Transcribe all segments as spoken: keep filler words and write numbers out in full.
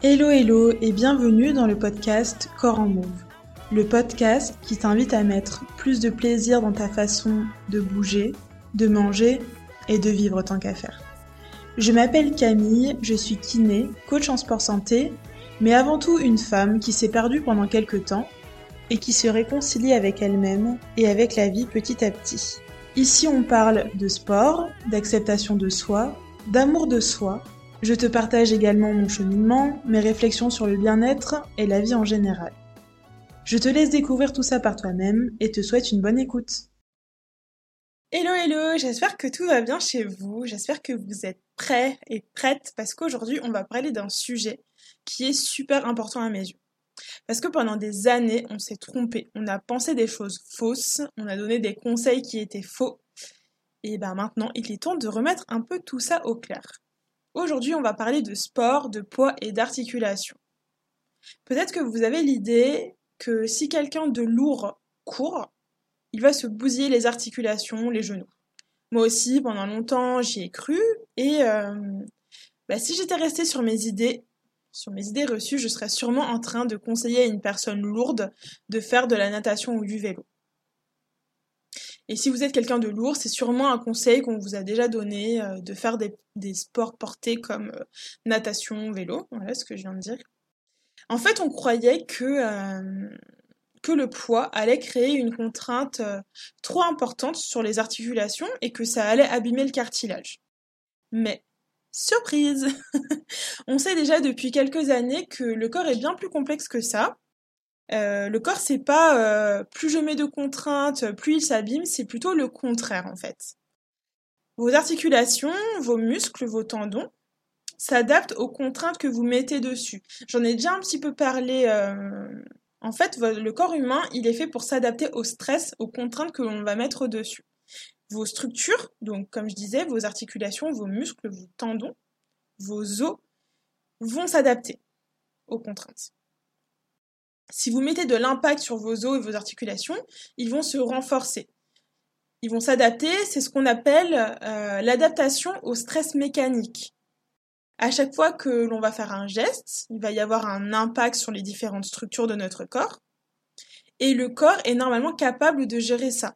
Hello hello et bienvenue dans le podcast Corps en Move, le podcast qui t'invite à mettre plus de plaisir dans ta façon de bouger, de manger et de vivre tant qu'à faire. Je m'appelle Camille, je suis kiné, coach en sport santé, mais avant tout une femme qui s'est perdue pendant quelques temps et qui se réconcilie avec elle-même et avec la vie petit à petit. Ici on parle de sport, d'acceptation de soi, d'amour de soi. Je te partage également mon cheminement, mes réflexions sur le bien-être et la vie en général. Je te laisse découvrir tout ça par toi-même et te souhaite une bonne écoute. Hello hello, j'espère que tout va bien chez vous, j'espère que vous êtes prêts et prêtes parce qu'aujourd'hui on va parler d'un sujet qui est super important à mes yeux. Parce que pendant des années on s'est trompé, on a pensé des choses fausses, on a donné des conseils qui étaient faux et ben maintenant il est temps de remettre un peu tout ça au clair. Aujourd'hui, on va parler de sport, de poids et d'articulation. Peut-être que vous avez l'idée que si quelqu'un de lourd court, il va se bousiller les articulations, les genoux. Moi aussi, pendant longtemps, j'y ai cru et euh, bah, si j'étais restée sur mes idées, sur mes idées reçues, je serais sûrement en train de conseiller à une personne lourde de faire de la natation ou du vélo. Et si vous êtes quelqu'un de lourd, c'est sûrement un conseil qu'on vous a déjà donné, euh, de faire des, des sports portés comme euh, natation, vélo, voilà ce que je viens de dire. En fait, on croyait que, euh, que le poids allait créer une contrainte euh, trop importante sur les articulations et que ça allait abîmer le cartilage. Mais, surprise! On sait déjà depuis quelques années que le corps est bien plus complexe que ça. Euh, le corps, c'est pas euh, plus je mets de contraintes, plus il s'abîme, c'est plutôt le contraire en fait. Vos articulations, vos muscles, vos tendons s'adaptent aux contraintes que vous mettez dessus. J'en ai déjà un petit peu parlé. Euh... En fait, le corps humain, il est fait pour s'adapter au stress, aux contraintes que l'on va mettre dessus. Vos structures, donc comme je disais, vos articulations, vos muscles, vos tendons, vos os, vont s'adapter aux contraintes. Si vous mettez de l'impact sur vos os et vos articulations, ils vont se renforcer. Ils vont s'adapter, c'est ce qu'on appelle euh, l'adaptation au stress mécanique. À chaque fois que l'on va faire un geste, il va y avoir un impact sur les différentes structures de notre corps, et le corps est normalement capable de gérer ça.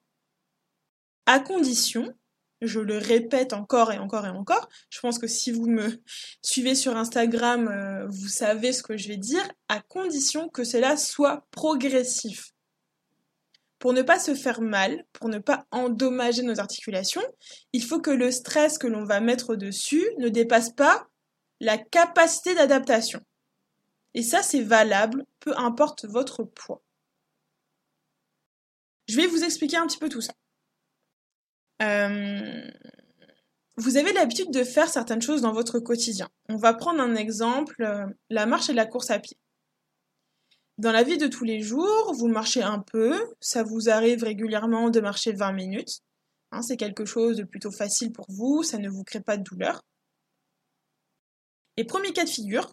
À condition, je le répète encore et encore et encore, je pense que si vous me suivez sur Instagram, euh, vous savez ce que je vais dire, à condition que cela soit progressif. Pour ne pas se faire mal, pour ne pas endommager nos articulations, il faut que le stress que l'on va mettre dessus ne dépasse pas la capacité d'adaptation. Et ça, c'est valable, peu importe votre poids. Je vais vous expliquer un petit peu tout ça. Euh... Vous avez l'habitude de faire certaines choses dans votre quotidien. On va prendre un exemple, euh, la marche et la course à pied. Dans la vie de tous les jours, vous marchez un peu, ça vous arrive régulièrement de marcher vingt minutes. Hein, c'est quelque chose de plutôt facile pour vous, ça ne vous crée pas de douleur. Et premier cas de figure,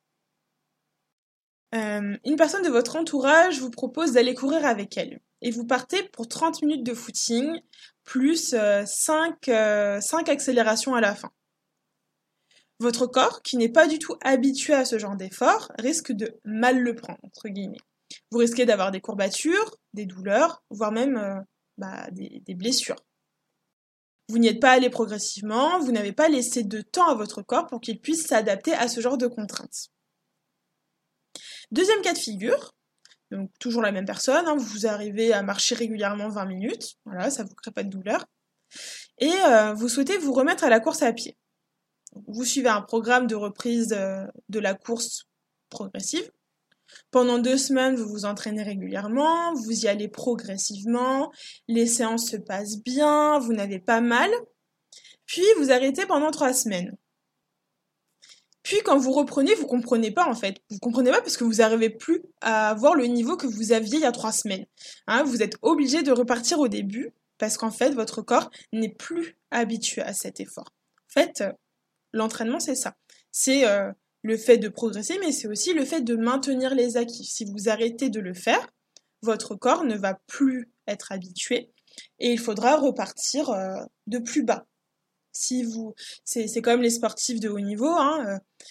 euh, une personne de votre entourage vous propose d'aller courir avec elle. Et vous partez pour trente minutes de footing, plus euh, cinq, euh, cinq accélérations à la fin. Votre corps, qui n'est pas du tout habitué à ce genre d'effort, risque de mal le prendre, entre guillemets. Vous risquez d'avoir des courbatures, des douleurs, voire même euh, bah, des, des blessures. Vous n'y êtes pas allé progressivement, vous n'avez pas laissé de temps à votre corps pour qu'il puisse s'adapter à ce genre de contraintes. Deuxième cas de figure, donc toujours la même personne, hein, vous arrivez à marcher régulièrement vingt minutes, voilà, ça ne vous crée pas de douleur, et euh, vous souhaitez vous remettre à la course à pied. Vous suivez un programme de reprise de, de la course progressive. Pendant deux semaines, vous vous entraînez régulièrement, vous y allez progressivement, les séances se passent bien, vous n'avez pas mal, puis vous arrêtez pendant trois semaines. Puis quand vous reprenez, vous comprenez pas en fait. Vous comprenez pas parce que vous n'arrivez plus à avoir le niveau que vous aviez il y a trois semaines. Hein, vous êtes obligé de repartir au début parce qu'en fait, votre corps n'est plus habitué à cet effort. En fait, l'entraînement, c'est ça. C'est euh, le fait de progresser, mais c'est aussi le fait de maintenir les acquis. Si vous arrêtez de le faire, votre corps ne va plus être habitué et il faudra repartir euh, de plus bas. Si vous, c'est, c'est comme les sportifs de haut niveau, hein, euh,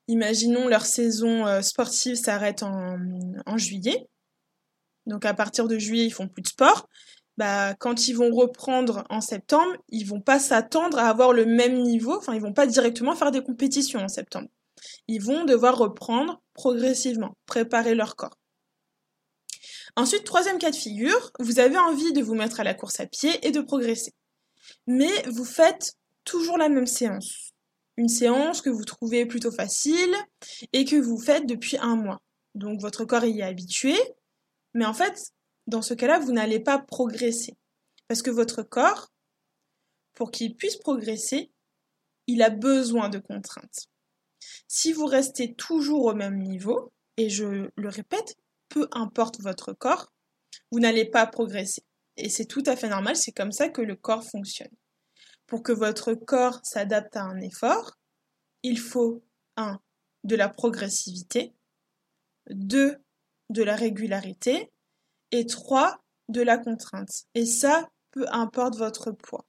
imaginons leur saison euh, sportive s'arrête en, en juillet. Donc à partir de juillet, ils font plus de sport. Bah, quand ils vont reprendre en septembre, ils vont pas s'attendre à avoir le même niveau, enfin ils vont pas directement faire des compétitions en septembre. Ils vont devoir reprendre progressivement, préparer leur corps. Ensuite, troisième cas de figure, vous avez envie de vous mettre à la course à pied et de progresser. Mais vous faites toujours la même séance. Une séance que vous trouvez plutôt facile et que vous faites depuis un mois. Donc votre corps y est habitué, mais en fait, dans ce cas-là, vous n'allez pas progresser. Parce que votre corps, pour qu'il puisse progresser, il a besoin de contraintes. Si vous restez toujours au même niveau, et je le répète, peu importe votre corps, vous n'allez pas progresser. Et c'est tout à fait normal, c'est comme ça que le corps fonctionne. Pour que votre corps s'adapte à un effort, il faut un de la progressivité, deux de la régularité et trois de la contrainte. Et ça, peu importe votre poids.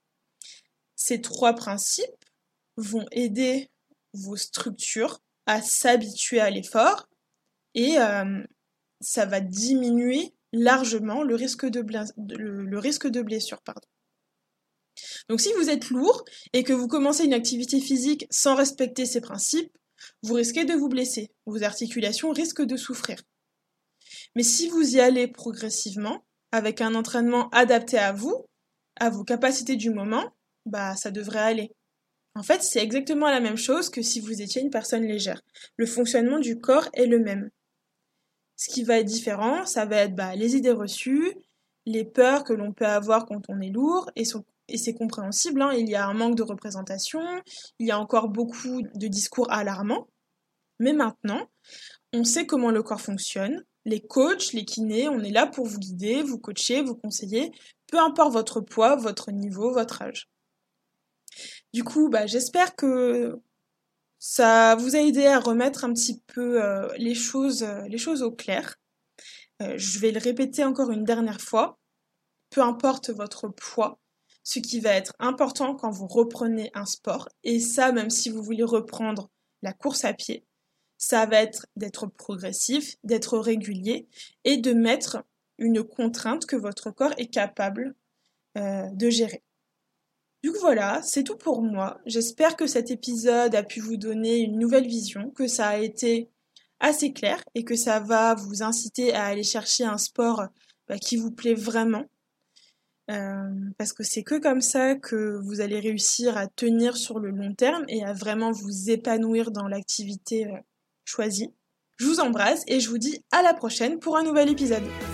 Ces trois principes vont aider vos structures à s'habituer à l'effort et euh, ça va diminuer largement le risque de, bla... le, le risque de blessure. Pardon. Donc si vous êtes lourd et que vous commencez une activité physique sans respecter ces principes, vous risquez de vous blesser. Vos articulations risquent de souffrir. Mais si vous y allez progressivement, avec un entraînement adapté à vous, à vos capacités du moment, bah ça devrait aller. En fait, c'est exactement la même chose que si vous étiez une personne légère. Le fonctionnement du corps est le même. Ce qui va être différent, ça va être bah, les idées reçues, les peurs que l'on peut avoir quand on est lourd, et, son, et c'est compréhensible, hein, il y a un manque de représentation, il y a encore beaucoup de discours alarmants. Mais maintenant, on sait comment le corps fonctionne. Les coachs, les kinés, on est là pour vous guider, vous coacher, vous conseiller, peu importe votre poids, votre niveau, votre âge. Du coup, bah, j'espère que ça vous a aidé à remettre un petit peu euh, les choses, euh, les choses au clair. Euh, je vais le répéter encore une dernière fois. Peu importe votre poids, ce qui va être important quand vous reprenez un sport, et ça même si vous voulez reprendre la course à pied, ça va être d'être progressif, d'être régulier et de mettre une contrainte que votre corps est capable euh, de gérer. Du coup voilà, c'est tout pour moi. J'espère que cet épisode a pu vous donner une nouvelle vision, que ça a été assez clair et que ça va vous inciter à aller chercher un sport bah, qui vous plaît vraiment. Euh, parce que c'est que comme ça que vous allez réussir à tenir sur le long terme et à vraiment vous épanouir dans l'activité euh, choisie. Je vous embrasse et je vous dis à la prochaine pour un nouvel épisode.